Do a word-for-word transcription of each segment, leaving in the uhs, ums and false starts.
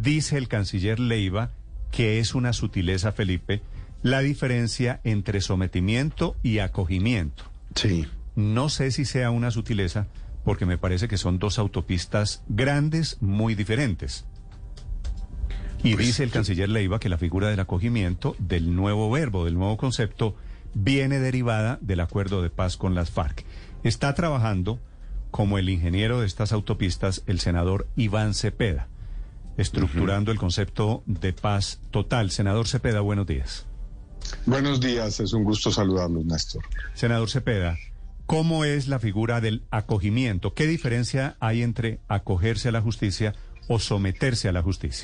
Dice el canciller Leiva que es una sutileza, Felipe, la diferencia entre sometimiento y acogimiento. Sí. No sé si sea una sutileza, porque me parece que son dos autopistas grandes, muy diferentes. Y pues, dice el canciller Leiva que la figura del acogimiento, del nuevo verbo, del nuevo concepto, viene derivada del acuerdo de paz con las FARC. Está trabajando como el ingeniero de estas autopistas el senador Iván Cepeda, estructurando uh-huh. el concepto de paz total. Senador Cepeda, buenos días. Buenos días, es un gusto saludarlos, Néstor. Senador Cepeda, ¿cómo es la figura del acogimiento? ¿Qué diferencia hay entre acogerse a la justicia o someterse a la justicia?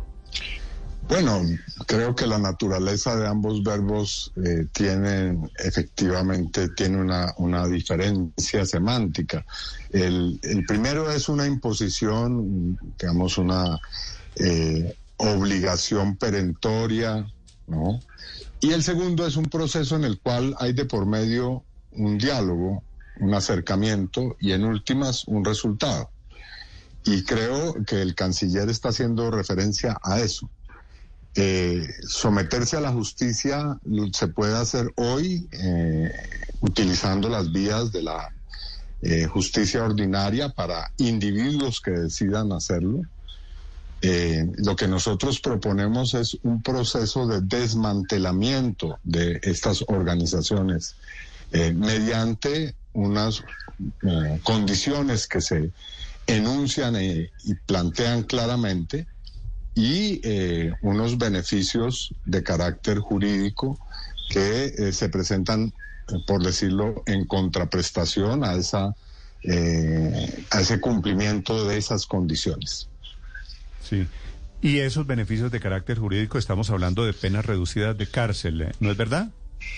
Bueno, creo que la naturaleza de ambos verbos eh, tienen, efectivamente, tiene una, una diferencia semántica. El, el primero es una imposición, digamos, una eh, obligación perentoria, ¿no? Y el segundo es un proceso en el cual hay de por medio un diálogo, un acercamiento y en últimas un resultado. Y creo que el canciller está haciendo referencia a eso. Eh, someterse a la justicia se puede hacer hoy eh, utilizando las vías de la eh, justicia ordinaria para individuos que decidan hacerlo. Eh, lo que nosotros proponemos es un proceso de desmantelamiento de estas organizaciones eh, mediante unas eh, condiciones que se enuncian eh, y plantean claramente y eh, unos beneficios de carácter jurídico que eh, se presentan, eh, por decirlo, en contraprestación a esa eh, a ese cumplimiento de esas condiciones. Sí. Y esos beneficios de carácter jurídico, estamos hablando de penas reducidas de cárcel, ¿no es verdad?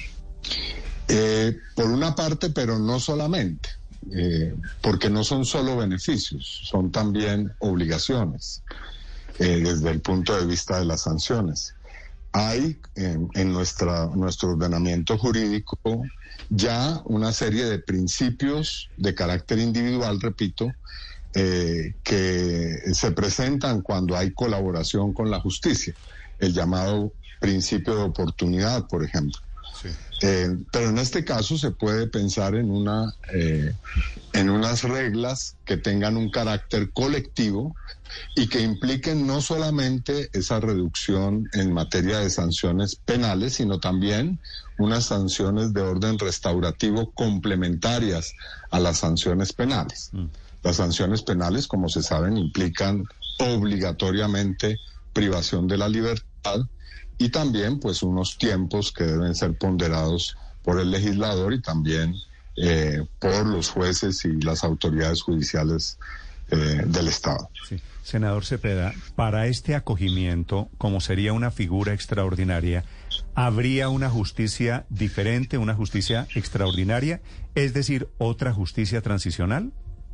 Eh, por una parte, pero no solamente, eh, porque no son solo beneficios, son también obligaciones. Eh, desde el punto de vista de las sanciones. Hay eh, en nuestra, nuestro ordenamiento jurídico ya una serie de principios de carácter individual, repito, eh, que se presentan cuando hay colaboración con la justicia, el llamado principio de oportunidad, por ejemplo. Sí. Eh, pero en este caso se puede pensar en una eh, en unas reglas que tengan un carácter colectivo y que impliquen no solamente esa reducción en materia de sanciones penales, sino también unas sanciones de orden restaurativo complementarias a las sanciones penales. Mm. Las sanciones penales, como se saben, implican obligatoriamente privación de la libertad y también pues unos tiempos que deben ser ponderados por el legislador y también eh, por los jueces y las autoridades judiciales eh, del Estado. Sí. Senador Cepeda, para este acogimiento, como sería una figura extraordinaria, ¿habría una justicia diferente, una justicia extraordinaria? Es decir, ¿otra justicia transicional?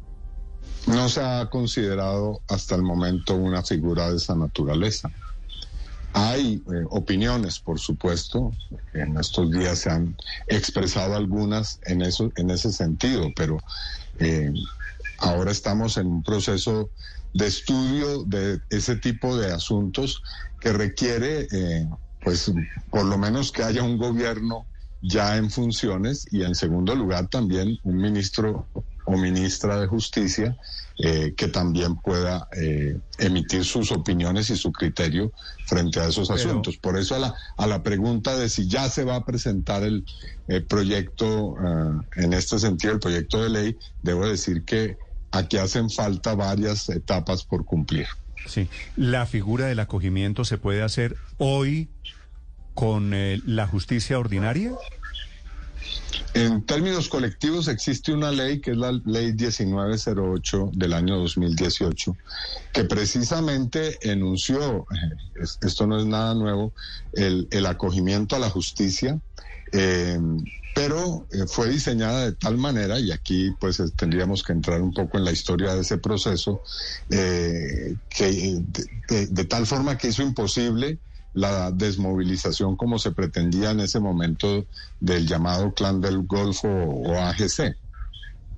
No se ha considerado hasta el momento una figura de esa naturaleza. Hay eh, opiniones, por supuesto, en estos días se han expresado algunas en eso, en ese sentido, pero eh, ahora estamos en un proceso de estudio de ese tipo de asuntos que requiere, eh, pues, por lo menos que haya un gobierno ya en funciones y en segundo lugar también un ministro o ministra de Justicia eh, que también pueda eh, emitir sus opiniones y su criterio frente a esos Pero... asuntos. Por eso a la, a la pregunta de si ya se va a presentar el, el proyecto, uh, en este sentido, el proyecto de ley, debo decir que aquí hacen falta varias etapas por cumplir. Sí, ¿la figura del acogimiento se puede hacer hoy con eh, la justicia ordinaria? En términos colectivos existe una ley que es la ley diecinueve cero ocho del año dos mil dieciocho que precisamente enunció, esto no es nada nuevo, el, el acogimiento a la justicia, eh, pero eh, fue diseñada de tal manera, y aquí pues tendríamos que entrar un poco en la historia de ese proceso, eh, que de, de, de tal forma que hizo imposible la desmovilización como se pretendía en ese momento del llamado Clan del Golfo o A G C.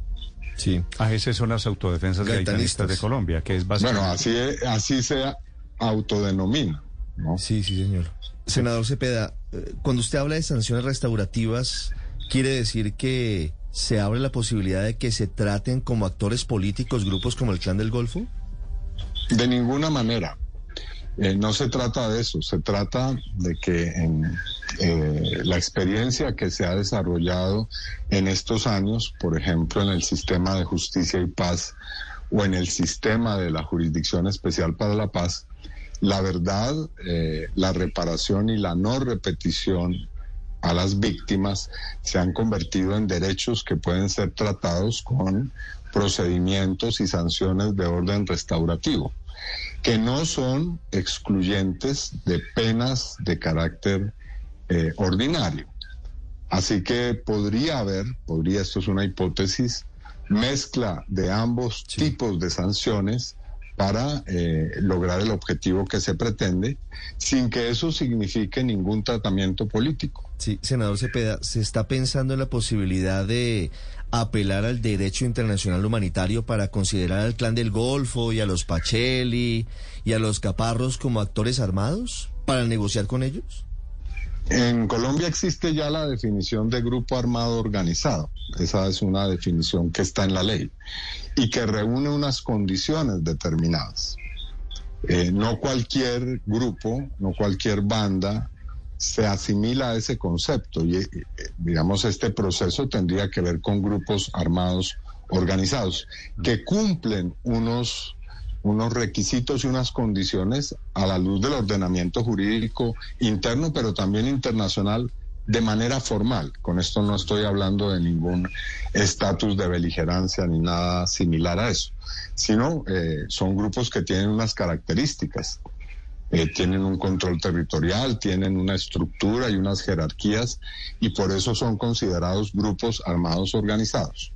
Sí, A G C son las autodefensas gaitanistas de Colombia, que es básicamente... Bueno, así, así, se, autodenominan, ¿no? Sí, sí, señor. Senador Cepeda, cuando usted habla de sanciones restaurativas, ¿quiere decir que se abre la posibilidad de que se traten como actores políticos grupos como el Clan del Golfo? De ninguna manera. Eh, no se trata de eso, se trata de que en eh, la experiencia que se ha desarrollado en estos años, por ejemplo, en el sistema de justicia y paz o en el sistema de la Jurisdicción Especial para la Paz, la verdad, eh, la reparación y la no repetición a las víctimas se han convertido en derechos que pueden ser tratados con procedimientos y sanciones de orden restaurativo, que no son excluyentes de penas de carácter eh, ordinario. Así que podría haber, podría, esto es una hipótesis, mezcla de ambos sí. tipos de sanciones para eh, lograr el objetivo que se pretende, sin que eso signifique ningún tratamiento político. Sí, senador Cepeda, ¿se está pensando en la posibilidad de apelar al derecho internacional humanitario para considerar al Clan del Golfo y a los Pacelli y a los Caparros como actores armados para negociar con ellos? En Colombia existe ya la definición de grupo armado organizado. Esa es una definición que está en la ley y que reúne unas condiciones determinadas. Eh, no cualquier grupo, no cualquier banda se asimila a ese concepto y, eh, digamos, este proceso tendría que ver con grupos armados organizados que cumplen unos unos requisitos y unas condiciones a la luz del ordenamiento jurídico interno, pero también internacional, de manera formal. Con esto no estoy hablando de ningún estatus de beligerancia ni nada similar a eso, sino eh, son grupos que tienen unas características, eh, tienen un control territorial, tienen una estructura y unas jerarquías, y por eso son considerados grupos armados organizados.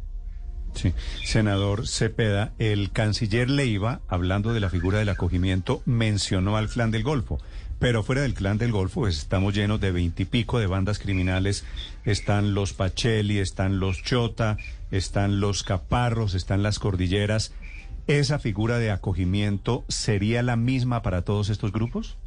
Sí, senador Cepeda, el canciller Leiva, hablando de la figura del acogimiento, mencionó al Clan del Golfo, pero fuera del Clan del Golfo pues, estamos llenos de veintipico de bandas criminales, están los Pacelli, están los Chota, están los Caparros, están las Cordilleras. ¿Esa figura de acogimiento sería la misma para todos estos grupos?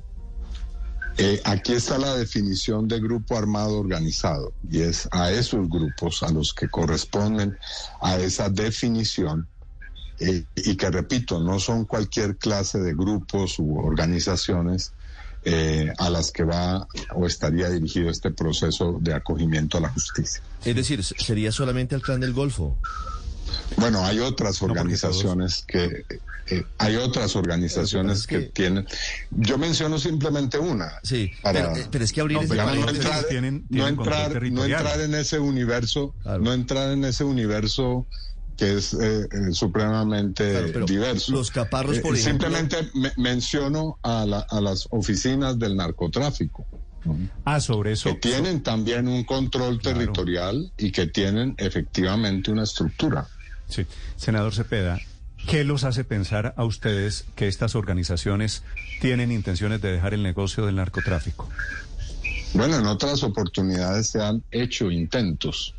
Eh, aquí está la definición de grupo armado organizado y es a esos grupos a los que corresponden a esa definición eh, y que, repito, no son cualquier clase de grupos u organizaciones eh, a las que va o estaría dirigido este proceso de acogimiento a la justicia. Es decir, ¿sería solamente el Clan del Golfo? Bueno, hay otras organizaciones no, que eh, hay otras organizaciones que, que tienen. Yo menciono simplemente una. Sí, para, pero, pero es que abrir no, ese no entrar, tienen, no, tienen entrar no entrar en ese universo, claro. no entrar en ese universo que es eh, eh, supremamente claro, diverso. Los Caparros, por eh, ejemplo. Simplemente me, menciono a, la, a las oficinas del narcotráfico. Ah, sobre eso. Que tienen también un control claro. territorial y que tienen efectivamente una estructura. Sí, senador Cepeda, ¿qué los hace pensar a ustedes que estas organizaciones tienen intenciones de dejar el negocio del narcotráfico? Bueno, en otras oportunidades se han hecho intentos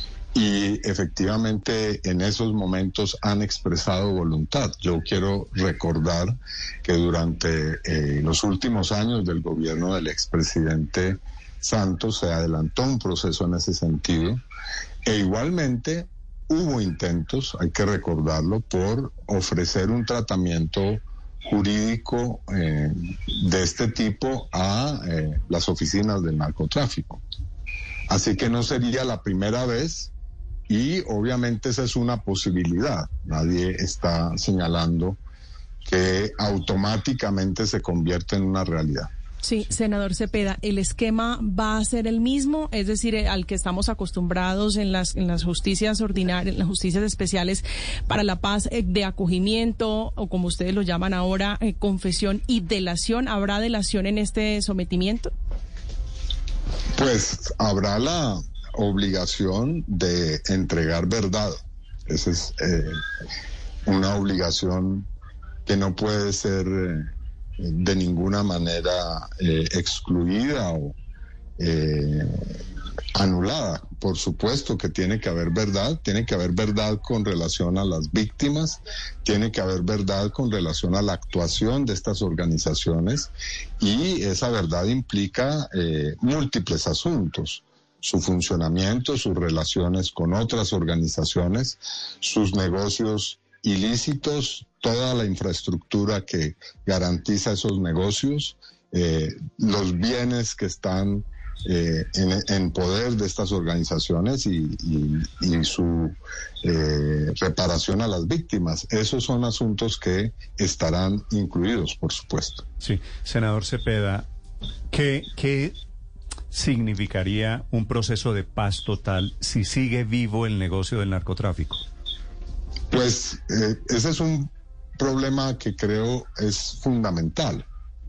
y efectivamente en esos momentos han expresado voluntad. Yo quiero recordar que durante eh, los últimos años del gobierno del expresidente Santos se adelantó un proceso en ese sentido e igualmente hubo intentos, hay que recordarlo, por ofrecer un tratamiento jurídico eh, de este tipo a eh, las oficinas del narcotráfico. Así que no sería la primera vez y obviamente esa es una posibilidad. Nadie está señalando que automáticamente se convierte en una realidad. Sí, senador Cepeda, ¿el esquema va a ser el mismo? Es decir, al que estamos acostumbrados en las en las justicias ordinarias, en las justicias especiales para la paz, eh, de acogimiento, o como ustedes lo llaman ahora, eh, confesión y delación. ¿Habrá delación en este sometimiento? Pues habrá la obligación de entregar verdad. Esa es eh, una obligación que no puede ser Eh, de ninguna manera eh, excluida o eh, anulada. Por supuesto que tiene que haber verdad, tiene que haber verdad con relación a las víctimas, tiene que haber verdad con relación a la actuación de estas organizaciones, y esa verdad implica eh, múltiples asuntos: su funcionamiento, sus relaciones con otras organizaciones, sus negocios ilícitos, toda la infraestructura que garantiza esos negocios, eh, los bienes que están eh, en, en poder de estas organizaciones y, y, y su eh, reparación a las víctimas. Esos son asuntos que estarán incluidos, por supuesto. Sí, senador Cepeda, ¿qué, qué significaría un proceso de paz total si sigue vivo el negocio del narcotráfico? Pues eh, ese es un problema que creo es fundamental,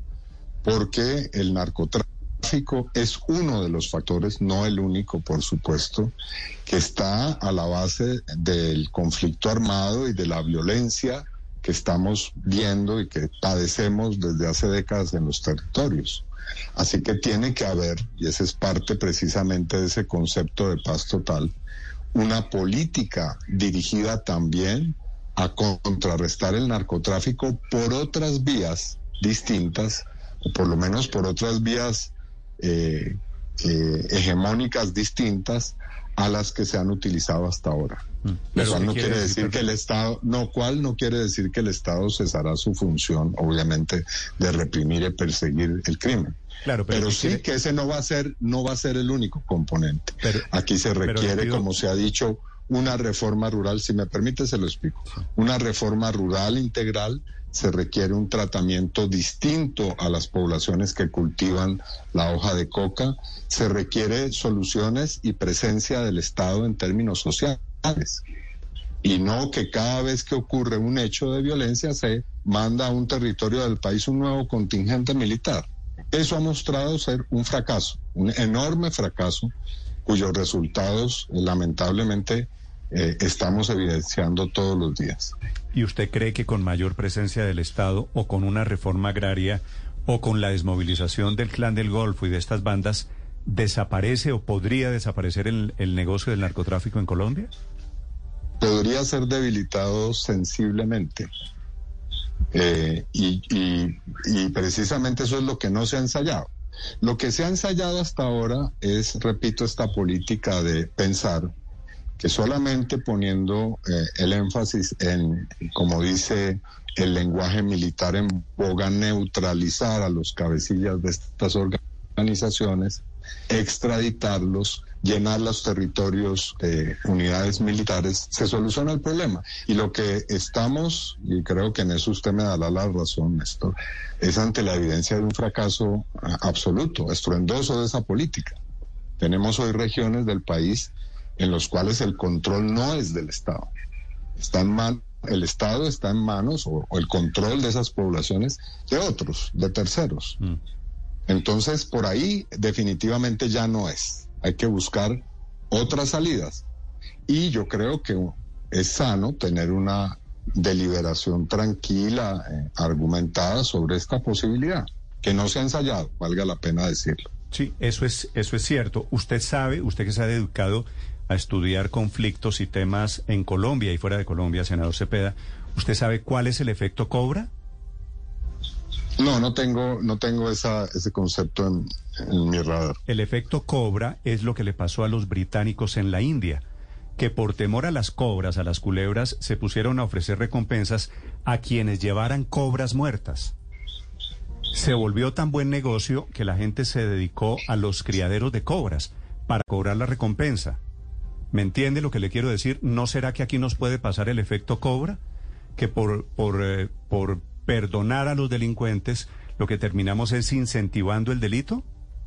porque el narcotráfico es uno de los factores, no el único, por supuesto, que está a la base del conflicto armado y de la violencia que estamos viendo y que padecemos desde hace décadas en los territorios. Así que tiene que haber, y ese es parte precisamente de ese concepto de paz total, una política dirigida también a contrarrestar el narcotráfico por otras vías distintas, o por lo menos por otras vías eh, eh, hegemónicas distintas a las que se han utilizado hasta ahora. Mm. Lo cual no quiere decir, decir que el Estado, no, cual no quiere decir que el Estado cesará su función, obviamente, de reprimir y perseguir el crimen. Claro, pero, pero sí quiere... que ese no va a ser, no va a ser el único componente. Pero, Aquí se requiere, pido... como se ha dicho, una reforma rural. Si me permite, se lo explico. Una reforma rural integral. Se requiere un tratamiento distinto a las poblaciones que cultivan la hoja de coca. Se requiere soluciones y presencia del Estado en términos sociales. Y no que cada vez que ocurre un hecho de violencia se manda a un territorio del país un nuevo contingente militar. Eso ha mostrado ser un fracaso, un enorme fracaso, cuyos resultados lamentablemente eh, estamos evidenciando todos los días. ¿Y usted cree que con mayor presencia del Estado o con una reforma agraria o con la desmovilización del Clan del Golfo y de estas bandas desaparece o podría desaparecer el, el negocio del narcotráfico en Colombia? Podría ser debilitado sensiblemente. Eh, y, y, y precisamente eso es lo que no se ha ensayado. Lo que se ha ensayado hasta ahora es, repito, esta política de pensar que solamente poniendo eh, el énfasis en, como dice el lenguaje militar en boga, neutralizar a los cabecillas de estas organizaciones, extraditarlos, llenar los territorios de unidades militares, se soluciona el problema. Y lo que estamos, y creo que en eso usted me dará la razón, Néstor, es ante la evidencia de un fracaso absoluto, estruendoso de esa política. Tenemos hoy regiones del país en los cuales el control no es del Estado. Está en man, el Estado está en manos, o, o el control de esas poblaciones, de otros, de terceros. Mm. Entonces, por ahí definitivamente ya no es. Hay que buscar otras salidas. Y yo creo que es sano tener una deliberación tranquila, eh, argumentada sobre esta posibilidad, que no se ha ensayado, valga la pena decirlo. Sí, eso es, eso es cierto. Usted sabe, usted que se ha dedicado a estudiar conflictos y temas en Colombia y fuera de Colombia, senador Cepeda, ¿usted sabe cuál es el efecto Cobra? No, no tengo, no tengo esa, ese concepto en, en mi radar. El efecto Cobra es lo que le pasó a los británicos en la India, que por temor a las cobras, a las culebras, se pusieron a ofrecer recompensas a quienes llevaran cobras muertas. Se volvió tan buen negocio que la gente se dedicó a los criaderos de cobras para cobrar la recompensa. ¿Me entiende lo que le quiero decir? ¿No será que aquí nos puede pasar el efecto Cobra? Que por, por, eh, por perdonar a los delincuentes, lo que terminamos es incentivando el delito.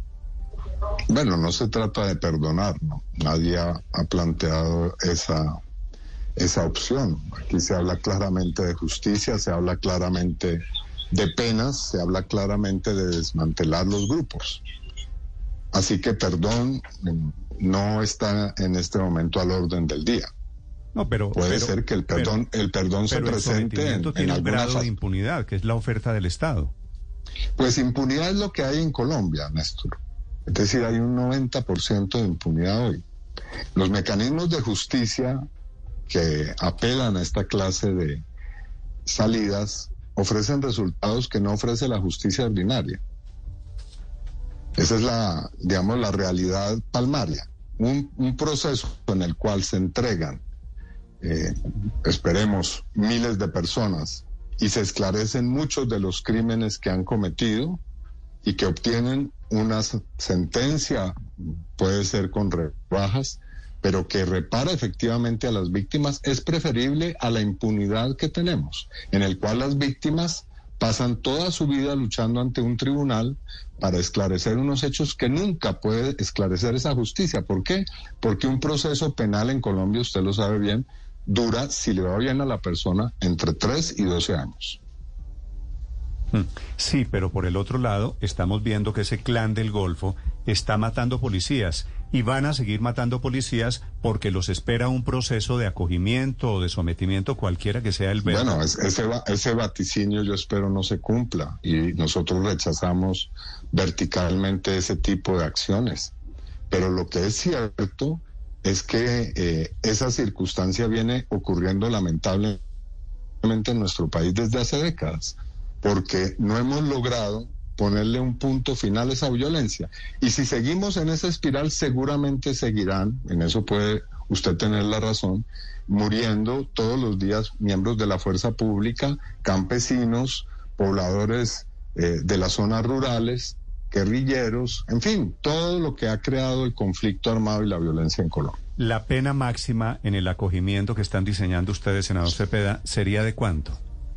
Bueno, no se trata de perdonar, ¿no? Nadie ha, ha planteado esa, esa opción. Aquí se habla claramente de justicia, se habla claramente de penas, se habla claramente de desmantelar los grupos. Así que perdón no está en este momento al orden del día. No, pero puede pero, ser que el perdón, pero, el perdón se presente en, tiene en un grado fase de impunidad, que es la oferta del Estado. Pues impunidad es lo que hay en Colombia, Néstor. Es decir, hay un noventa por ciento de impunidad hoy. Los mecanismos de justicia que apelan a esta clase de salidas ofrecen resultados que no ofrece la justicia ordinaria. Esa es la, digamos, la realidad palmaria. Un, un proceso en el cual se entregan, eh, esperemos, miles de personas y se esclarecen muchos de los crímenes que han cometido y que obtienen una sentencia, puede ser con rebajas, pero que repara efectivamente a las víctimas, es preferible a la impunidad que tenemos, en el cual las víctimas pasan toda su vida luchando ante un tribunal para esclarecer unos hechos que nunca puede esclarecer esa justicia. ¿Por qué? Porque un proceso penal en Colombia, usted lo sabe bien, dura, si le va bien a la persona, entre tres y doce años. Sí, pero por el otro lado estamos viendo que ese clan del Golfo está matando policías y van a seguir matando policías porque los espera un proceso de acogimiento o de sometimiento, cualquiera que sea el verbo. Bueno, ese, ese vaticinio yo espero no se cumpla y nosotros rechazamos verticalmente ese tipo de acciones. Pero lo que es cierto es que eh, esa circunstancia viene ocurriendo lamentablemente en nuestro país desde hace décadas, porque no hemos logrado ponerle un punto final a esa violencia. Y si seguimos en esa espiral, seguramente seguirán, en eso puede usted tener la razón, muriendo todos los días miembros de la fuerza pública, campesinos, pobladores eh, de las zonas rurales, guerrilleros, en fin, todo lo que ha creado el conflicto armado y la violencia en Colombia. La pena máxima en el acogimiento que están diseñando ustedes, senador Cepeda, ¿sería de cuánto?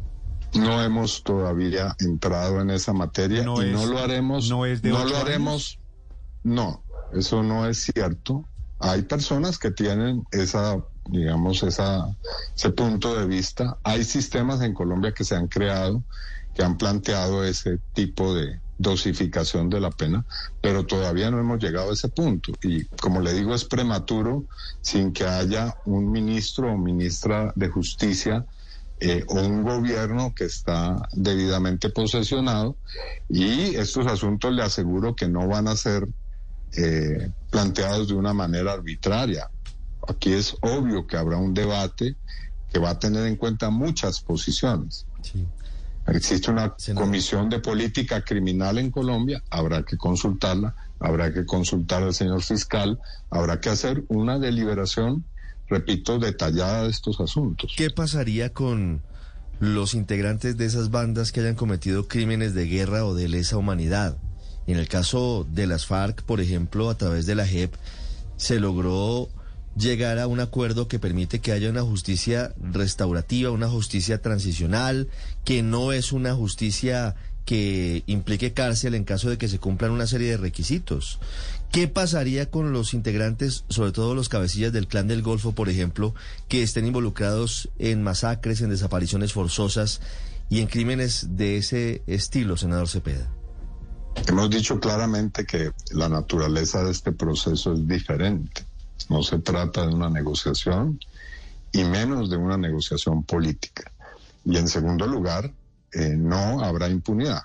No hemos todavía entrado en esa materia no y es, no lo haremos. No es de no ocho lo haremos. Años? No, eso no es cierto. Hay personas que tienen esa, digamos, esa, ese punto de vista. Hay sistemas en Colombia que se han creado, que han planteado ese tipo de dosificación de la pena, pero todavía no hemos llegado a ese punto. Y como le digo, es prematuro sin que haya un ministro o ministra de Justicia Eh, o un gobierno que está debidamente posesionado, y estos asuntos le aseguro que no van a ser eh, planteados de una manera arbitraria. Aquí es obvio que habrá un debate que va a tener en cuenta muchas posiciones. Sí. Existe una sí, no. comisión de política criminal en Colombia, habrá que consultarla, habrá que consultar al señor fiscal, habrá que hacer una deliberación, repito, detallada de estos asuntos. ¿Qué pasaría con los integrantes de esas bandas que hayan cometido crímenes de guerra o de lesa humanidad? En el caso de las FARC, por ejemplo, a través de la J E P, se logró llegar a un acuerdo que permite que haya una justicia restaurativa, una justicia transicional, que no es una justicia que implique cárcel en caso de que se cumplan una serie de requisitos. ¿Qué pasaría con los integrantes, sobre todo los cabecillas del Clan del Golfo, por ejemplo, que estén involucrados en masacres, en desapariciones forzosas y en crímenes de ese estilo, senador Cepeda? Hemos dicho claramente que la naturaleza de este proceso es diferente. No se trata de una negociación y menos de una negociación política. Y en segundo lugar, eh, no habrá impunidad.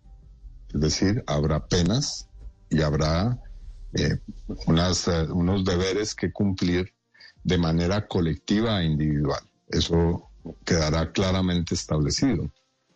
Es decir, habrá penas y habrá eh, unas, eh, unos deberes que cumplir de manera colectiva e individual. Eso quedará claramente establecido.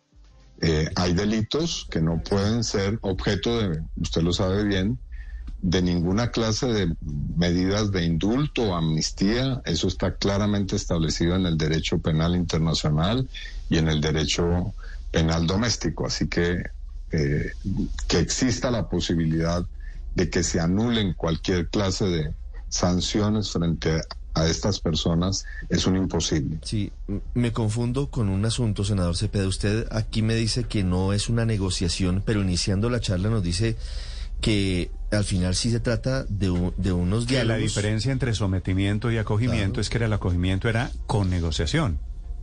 Eh, hay delitos que no pueden ser objeto de, usted lo sabe bien, de ninguna clase de medidas de indulto o amnistía. Eso está claramente establecido en el derecho penal internacional y en el derecho penal doméstico. Así que eh, que exista la posibilidad de que se anulen cualquier clase de sanciones frente a a estas personas es un imposible. Sí, me confundo con un asunto, senador Cepeda. Usted aquí me dice que no es una negociación, pero iniciando la charla nos dice que al final sí se trata de, un, de unos que diálogos. La diferencia entre sometimiento y acogimiento claro. es que el acogimiento era con negociación.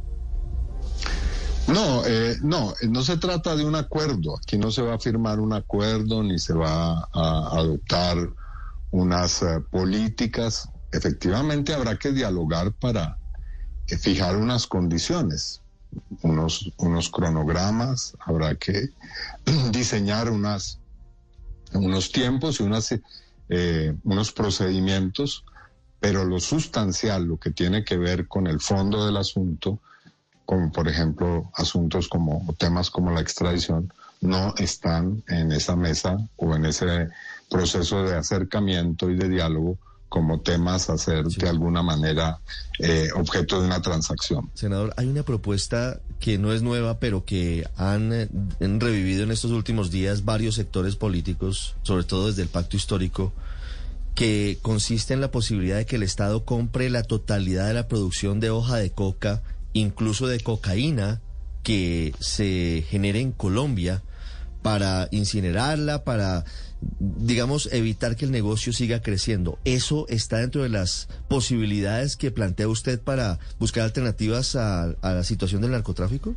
No, eh, no, no se trata de un acuerdo. Aquí no se va a firmar un acuerdo ni se va a adoptar unas uh, políticas. Efectivamente habrá que dialogar para eh, fijar unas condiciones, unos, unos cronogramas, habrá que diseñar unas unos tiempos y unas, eh, unos procedimientos, pero lo sustancial, lo que tiene que ver con el fondo del asunto, como por ejemplo asuntos como temas como la extradición, no están en esa mesa o en ese proceso de acercamiento y de diálogo como temas a ser sí. de alguna manera eh, objeto de una transacción. Senador, hay una propuesta que no es nueva, pero que han, eh, han revivido en estos últimos días varios sectores políticos, sobre todo desde el Pacto Histórico, que consiste en la posibilidad de que el Estado compre la totalidad de la producción de hoja de coca, incluso de cocaína, que se genere en Colombia, para incinerarla, para, digamos, evitar que el negocio siga creciendo. ¿Eso está dentro de las posibilidades que plantea usted para buscar alternativas a, a la situación del narcotráfico?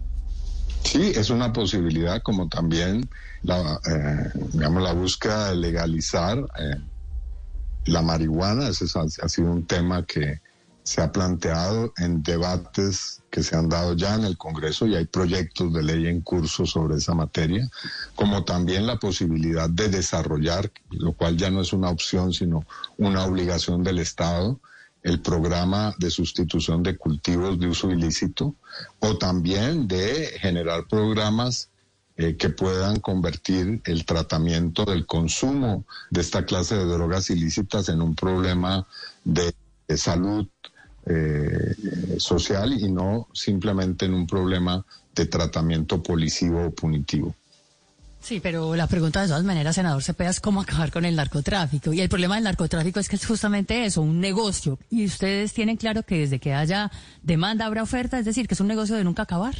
Sí, es una posibilidad, como también la, eh, digamos, la búsqueda de legalizar eh, la marihuana. Ese ha sido un tema que se ha planteado en debates que se han dado ya en el Congreso y hay proyectos de ley en curso sobre esa materia, como también la posibilidad de desarrollar, lo cual ya no es una opción sino una obligación del Estado, el programa de sustitución de cultivos de uso ilícito, o también de generar programas eh, que puedan convertir el tratamiento del consumo de esta clase de drogas ilícitas en un problema de, de salud Eh, social y no simplemente en un problema de tratamiento policivo o punitivo. Sí, pero la pregunta de todas maneras, senador Cepeda, es cómo acabar con el narcotráfico. Y el problema del narcotráfico es que es justamente eso, un negocio. Y ustedes tienen claro que desde que haya demanda habrá oferta, es decir, que es un negocio de nunca acabar.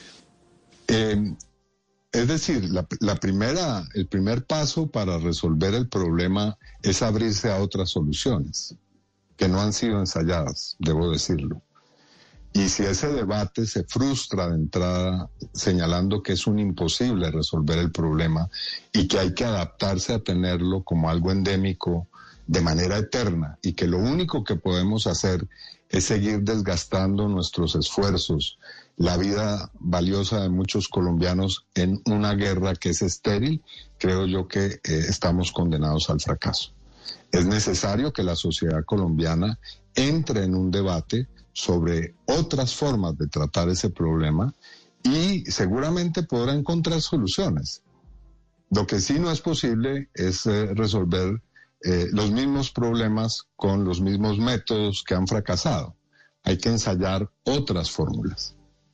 Eh, es decir, la, la primera, el primer paso para resolver el problema es abrirse a otras soluciones que no han sido ensayadas, debo decirlo. Y si ese debate se frustra de entrada señalando que es un imposible resolver el problema y que hay que adaptarse a tenerlo como algo endémico de manera eterna y que lo único que podemos hacer es seguir desgastando nuestros esfuerzos, la vida valiosa de muchos colombianos en una guerra que es estéril, creo yo que eh, estamos condenados al fracaso. Es necesario que la sociedad colombiana entre en un debate sobre otras formas de tratar ese problema y seguramente podrá encontrar soluciones. Lo que sí no es posible es eh, resolver eh, los mismos problemas con los mismos métodos que han fracasado. Hay que ensayar otras fórmulas.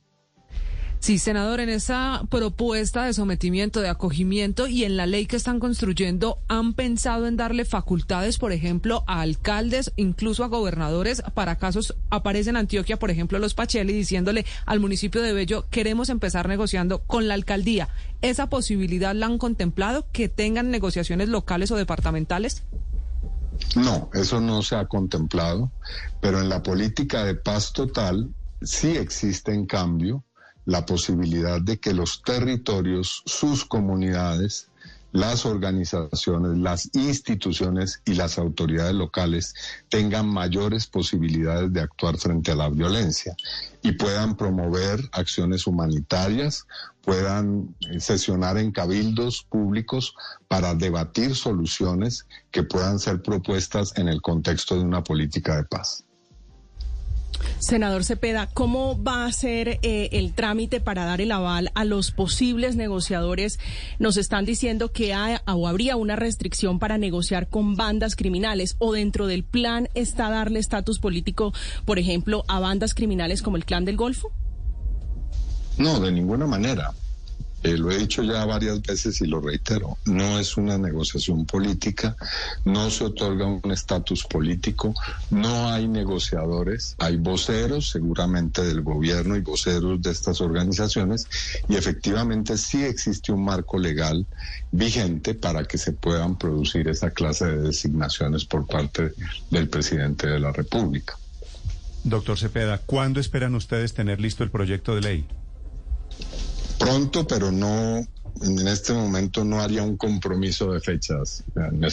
Sí, senador, en esa propuesta de sometimiento, de acogimiento y en la ley que están construyendo, ¿han pensado en darle facultades, por ejemplo, a alcaldes, incluso a gobernadores, para casos, aparece en Antioquia, por ejemplo, los Pacheli, diciéndole al municipio de Bello, queremos empezar negociando con la alcaldía? ¿Esa posibilidad la han contemplado, que tengan negociaciones locales o departamentales? No, eso no se ha contemplado, pero en la política de paz total sí existe, en cambio, la posibilidad de que los territorios, sus comunidades, las organizaciones, las instituciones y las autoridades locales tengan mayores posibilidades de actuar frente a la violencia y puedan promover acciones humanitarias, puedan sesionar en cabildos públicos para debatir soluciones que puedan ser propuestas en el contexto de una política de paz. Senador Cepeda, ¿cómo va a ser eh, el trámite para dar el aval a los posibles negociadores? Nos están diciendo que hay, o habría una restricción para negociar con bandas criminales, o dentro del plan está darle estatus político, por ejemplo, a bandas criminales como el Clan del Golfo. No, de ninguna manera. Eh, lo he dicho ya varias veces y lo reitero, no es una negociación política, no se otorga un estatus político, no hay negociadores, hay voceros seguramente del gobierno y voceros de estas organizaciones y efectivamente sí existe un marco legal vigente para que se puedan producir esa clase de designaciones por parte del presidente de la República. Doctor Cepeda, ¿cuándo esperan ustedes tener listo el proyecto de ley? Pronto, pero no, en este momento no haría un compromiso de fechas.